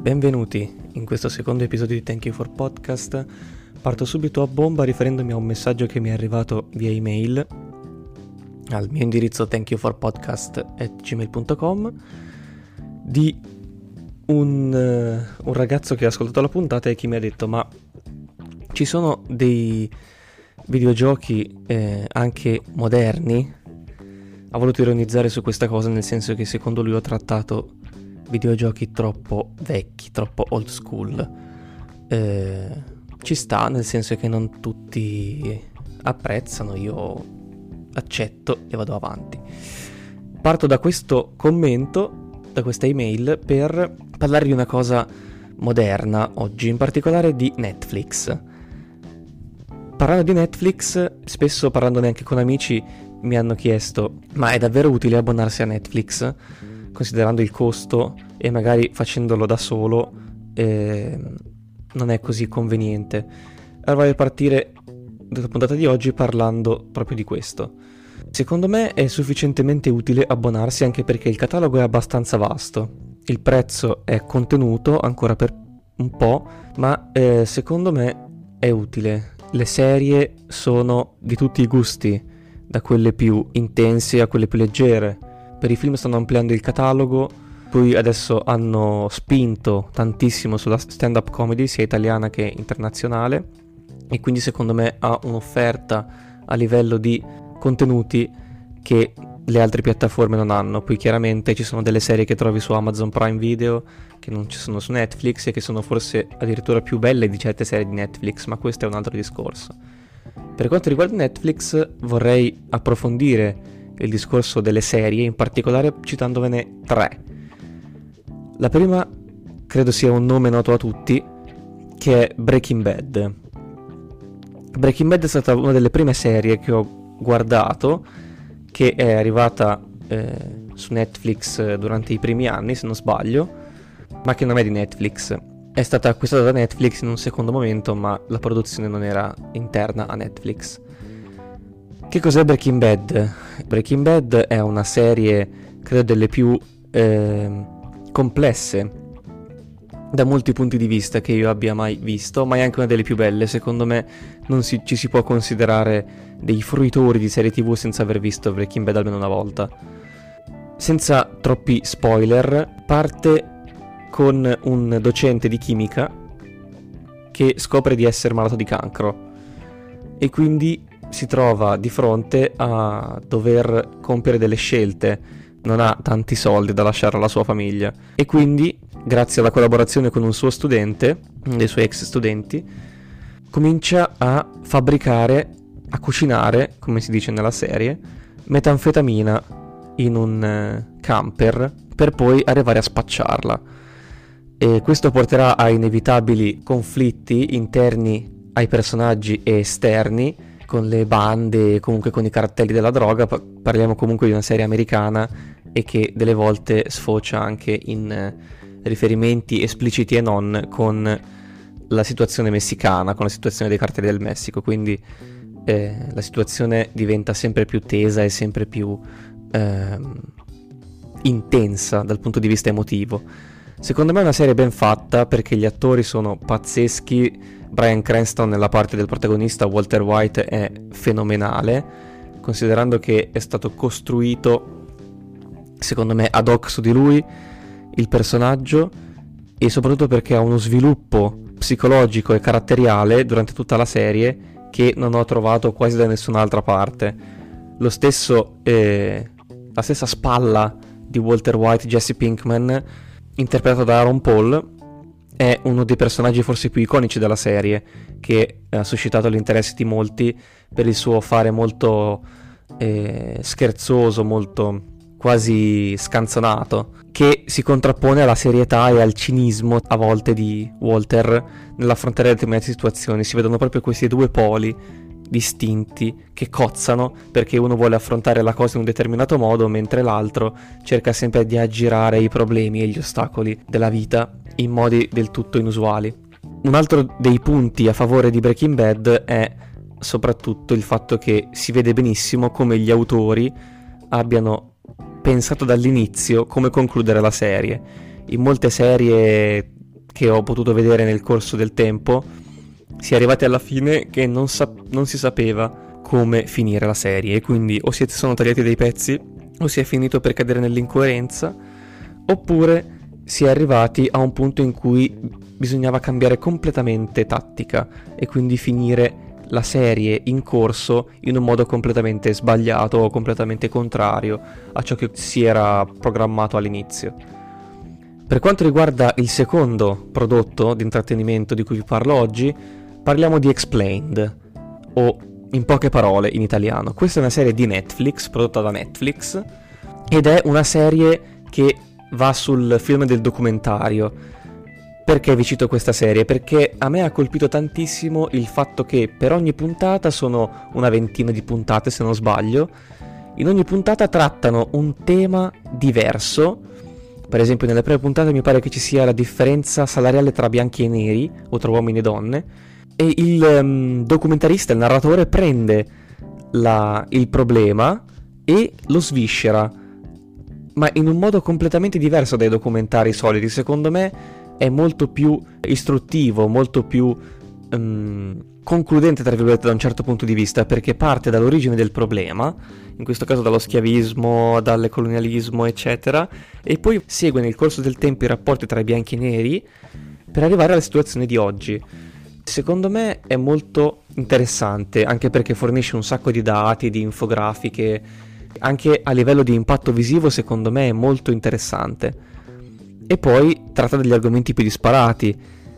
Benvenuti in questo secondo episodio di Thank You for Podcast. Parto subito a bomba riferendomi a un messaggio che mi è arrivato via email al mio indirizzo thankyouforpodcast@gmail.com di un ragazzo che ha ascoltato la puntata e che mi ha detto: ma ci sono dei videogiochi anche moderni? Ha voluto ironizzare su questa cosa, nel senso che secondo lui ho trattato videogiochi troppo vecchi, troppo old school. Ci sta, nel senso che non tutti apprezzano, io accetto e vado avanti. Parto da questo commento, da questa email, per parlare di una cosa moderna oggi, in particolare di Netflix. Parlando di Netflix, spesso parlandone anche con amici, mi hanno chiesto: ma è davvero utile abbonarsi a Netflix? Considerando il costo e magari facendolo da solo non è così conveniente. Allora voglio partire dalla puntata di oggi parlando proprio di questo. Secondo me è sufficientemente utile abbonarsi, anche perché il catalogo è abbastanza vasto, il prezzo è contenuto ancora per un po', ma secondo me è utile. Le serie sono di tutti i gusti, da quelle più intense a quelle più leggere. Per i film stanno ampliando il catalogo, poi adesso hanno spinto tantissimo sulla stand-up comedy, sia italiana che internazionale, e quindi secondo me ha un'offerta a livello di contenuti che le altre piattaforme non hanno. Poi chiaramente ci sono delle serie che trovi su Amazon Prime Video che non ci sono su Netflix e che sono forse addirittura più belle di certe serie di Netflix, ma questo è un altro discorso. Per quanto riguarda Netflix, vorrei approfondire il discorso delle serie, in particolare citandovene 3. La prima credo sia un nome noto a tutti, che è Breaking Bad. Breaking Bad è stata una delle prime serie che ho guardato, che è arrivata su Netflix durante i primi anni, se non sbaglio, ma che non è di Netflix. È stata acquistata da Netflix in un secondo momento, ma la produzione non era interna a Netflix. Che cos'è Breaking Bad? Breaking Bad è una serie, credo, delle più complesse da molti punti di vista che io abbia mai visto, ma è anche una delle più belle. Secondo me ci si può considerare dei fruitori di serie TV senza aver visto Breaking Bad almeno una volta. Senza troppi spoiler, parte con un docente di chimica che scopre di essere malato di cancro e quindi si trova di fronte a dover compiere delle scelte. Non ha tanti soldi da lasciare alla sua famiglia e quindi, grazie alla collaborazione con un suo studente, dei suoi ex studenti, comincia a fabbricare, a cucinare, come si dice nella serie, metanfetamina in un camper per poi arrivare a spacciarla. E questo porterà a inevitabili conflitti interni ai personaggi e esterni, con le bande, comunque con i cartelli della droga. Parliamo comunque di una serie americana e che delle volte sfocia anche in riferimenti espliciti e non con la situazione messicana, con la situazione dei cartelli del Messico, quindi la situazione diventa sempre più tesa e sempre più intensa dal punto di vista emotivo. Secondo me è una serie ben fatta perché gli attori sono pazzeschi. Bryan Cranston nella parte del protagonista, Walter White, è fenomenale, considerando che è stato costruito, secondo me, ad hoc su di lui il personaggio, e soprattutto perché ha uno sviluppo psicologico e caratteriale durante tutta la serie che non ho trovato quasi da nessun'altra parte. Lo stesso, la stessa spalla di Walter White, Jesse Pinkman, interpretato da Aaron Paul, è uno dei personaggi forse più iconici della serie, che ha suscitato l'interesse di molti per il suo fare molto scherzoso, molto quasi scanzonato, che si contrappone alla serietà e al cinismo a volte di Walter nell'affrontare determinate situazioni. Si vedono proprio questi due poli distinti che cozzano, perché uno vuole affrontare la cosa in un determinato modo mentre l'altro cerca sempre di aggirare i problemi e gli ostacoli della vita in modi del tutto inusuali. Un altro dei punti a favore di Breaking Bad è soprattutto il fatto che si vede benissimo come gli autori abbiano pensato dall'inizio come concludere la serie. In molte serie che ho potuto vedere nel corso del tempo, si è arrivati alla fine che non si sapeva come finire la serie, e quindi o sono tagliati dei pezzi, o si è finito per cadere nell'incoerenza, oppure si è arrivati a un punto in cui bisognava cambiare completamente tattica e quindi finire la serie in corso in un modo completamente sbagliato o completamente contrario a ciò che si era programmato all'inizio. Per quanto riguarda il secondo prodotto di intrattenimento di cui vi parlo oggi, parliamo di Explained, o in poche parole in italiano. Questa è una serie di Netflix, prodotta da Netflix, ed è una serie che va sul film del documentario. Perché vi cito questa serie? Perché a me ha colpito tantissimo il fatto che per ogni puntata, sono una ventina di puntate se non sbaglio, in ogni puntata trattano un tema diverso. Per esempio nelle prime puntate mi pare che ci sia la differenza salariale tra bianchi e neri, o tra uomini e donne, e il documentarista, il narratore, prende il problema e lo sviscera, ma in un modo completamente diverso dai documentari soliti. Secondo me è molto più istruttivo, molto più concludente, tra virgolette, da un certo punto di vista, perché parte dall'origine del problema, in questo caso dallo schiavismo, dal colonialismo, eccetera, e poi segue nel corso del tempo i rapporti tra i bianchi e i neri per arrivare alla situazione di oggi. Secondo me è molto interessante, anche perché fornisce un sacco di dati, di infografiche, anche a livello di impatto visivo secondo me è molto interessante. E poi tratta degli argomenti più disparati,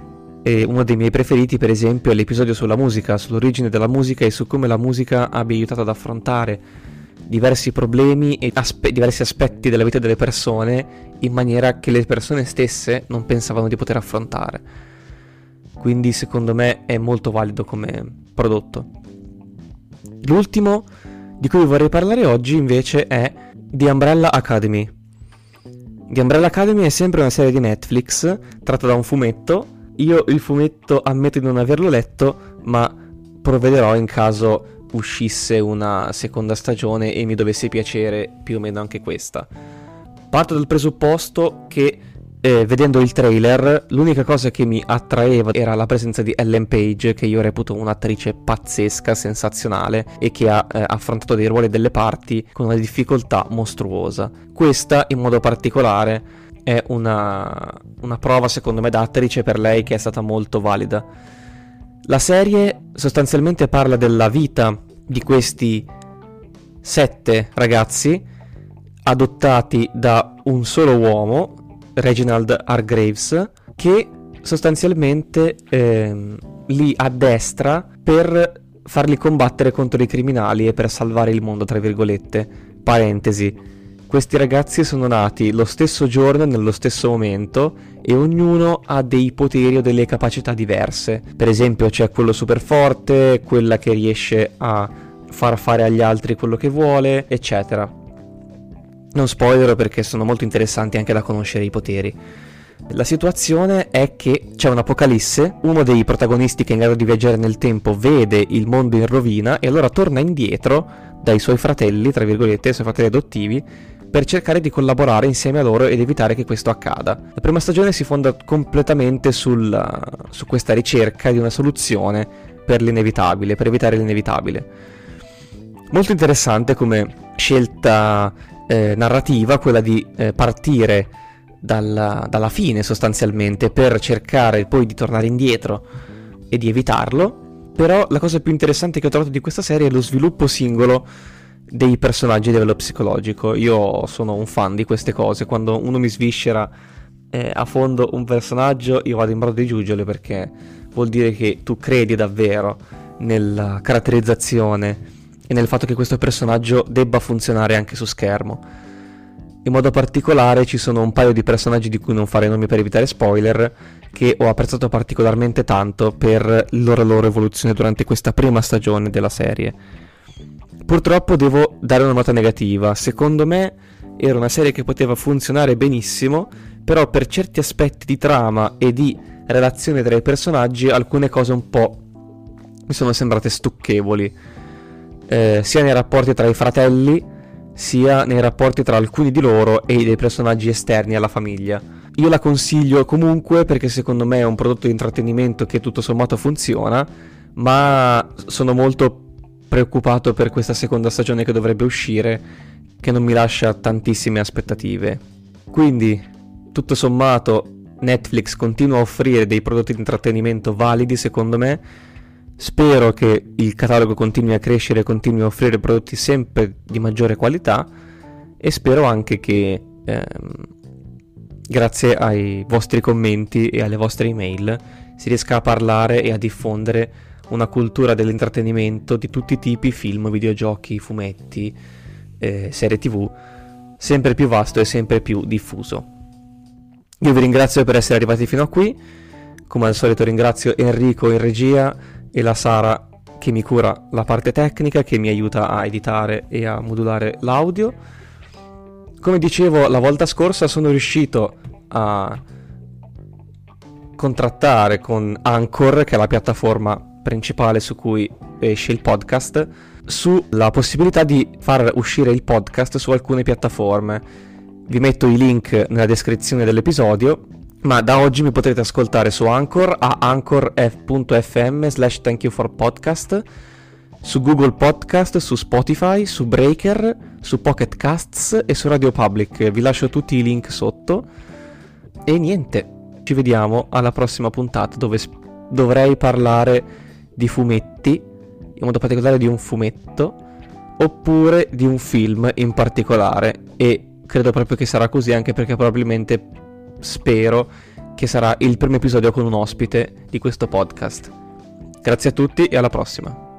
e uno dei miei preferiti per esempio è l'episodio sulla musica, sull'origine della musica e su come la musica abbia aiutato ad affrontare diversi problemi e diversi aspetti della vita delle persone in maniera che le persone stesse non pensavano di poter affrontare. Quindi secondo me è molto valido come prodotto. L'ultimo di cui vorrei parlare oggi invece è The Umbrella Academy. The Umbrella Academy è sempre una serie di Netflix tratta da un fumetto. Io il fumetto ammetto di non averlo letto, ma provvederò in caso uscisse una seconda stagione e mi dovesse piacere più o meno anche questa. Parto dal presupposto che vedendo il trailer l'unica cosa che mi attraeva era la presenza di Ellen Page, che io reputo un'attrice pazzesca, sensazionale, e che ha affrontato dei ruoli e delle parti con una difficoltà mostruosa. Questa in modo particolare è una prova secondo me da attrice per lei che è stata molto valida. La serie sostanzialmente parla della vita di questi 7 ragazzi adottati da un solo uomo, Reginald Hargreaves, che sostanzialmente li addestra per farli combattere contro i criminali e per salvare il mondo, tra virgolette. Parentesi: questi ragazzi sono nati lo stesso giorno, nello stesso momento, e ognuno ha dei poteri o delle capacità diverse. Per esempio c'è quello super forte, quella che riesce a far fare agli altri quello che vuole, eccetera. Non spoilerò perché sono molto interessanti anche da conoscere i poteri. La situazione è che c'è un'apocalisse, uno dei protagonisti che è in grado di viaggiare nel tempo vede il mondo in rovina e allora torna indietro dai suoi fratelli, tra virgolette, i suoi fratelli adottivi, per cercare di collaborare insieme a loro ed evitare che questo accada. La prima stagione si fonda completamente su questa ricerca di una soluzione per l'inevitabile, per evitare l'inevitabile. Molto interessante come scelta narrativa quella di partire dalla fine sostanzialmente per cercare poi di tornare indietro e di evitarlo. Però la cosa più interessante che ho trovato di questa serie è lo sviluppo singolo dei personaggi a livello psicologico. Io sono un fan di queste cose. Quando uno mi sviscera a fondo un personaggio, io vado in brodo di giuggiole, perché vuol dire che tu credi davvero nella caratterizzazione e nel fatto che questo personaggio debba funzionare anche su schermo. In modo particolare ci sono un paio di personaggi di cui non fare nomi per evitare spoiler, che ho apprezzato particolarmente tanto per la loro evoluzione durante questa prima stagione della serie. Purtroppo devo dare una nota negativa. Secondo me era una serie che poteva funzionare benissimo, però per certi aspetti di trama e di relazione tra i personaggi alcune cose un po' mi sono sembrate stucchevoli. Sia nei rapporti tra i fratelli, sia nei rapporti tra alcuni di loro e dei personaggi esterni alla famiglia. io la consiglio comunque perché secondo me è un prodotto di intrattenimento che tutto sommato funziona, ma sono molto preoccupato per questa seconda stagione che dovrebbe uscire, che non mi lascia tantissime aspettative. Quindi, tutto sommato, Netflix continua a offrire dei prodotti di intrattenimento validi secondo me. Spero che il catalogo continui a crescere e continui a offrire prodotti sempre di maggiore qualità, e spero anche che grazie ai vostri commenti e alle vostre email si riesca a parlare e a diffondere una cultura dell'intrattenimento di tutti i tipi, film, videogiochi, fumetti, serie TV, sempre più vasto e sempre più diffuso. Io vi ringrazio per essere arrivati fino a qui. Come al solito ringrazio Enrico in regia e la Sara che mi cura la parte tecnica, che mi aiuta a editare e a modulare l'audio. Come dicevo la volta scorsa, sono riuscito a contrattare con Anchor, che è la piattaforma principale su cui esce il podcast, sulla possibilità di far uscire il podcast su alcune piattaforme. Vi metto i link nella descrizione dell'episodio, ma da oggi mi potrete ascoltare su Anchor a anchor.fm/thankyouforpodcast, su Google Podcast, su Spotify, su Breaker, su Pocket Casts e su Radio Public. Vi lascio tutti i link sotto. E niente, ci vediamo alla prossima puntata, dove dovrei parlare di fumetti, in modo particolare di un fumetto, oppure di un film in particolare. E credo proprio che sarà così, anche perché probabilmente spero che sarà il primo episodio con un ospite di questo podcast. Grazie a tutti e alla prossima.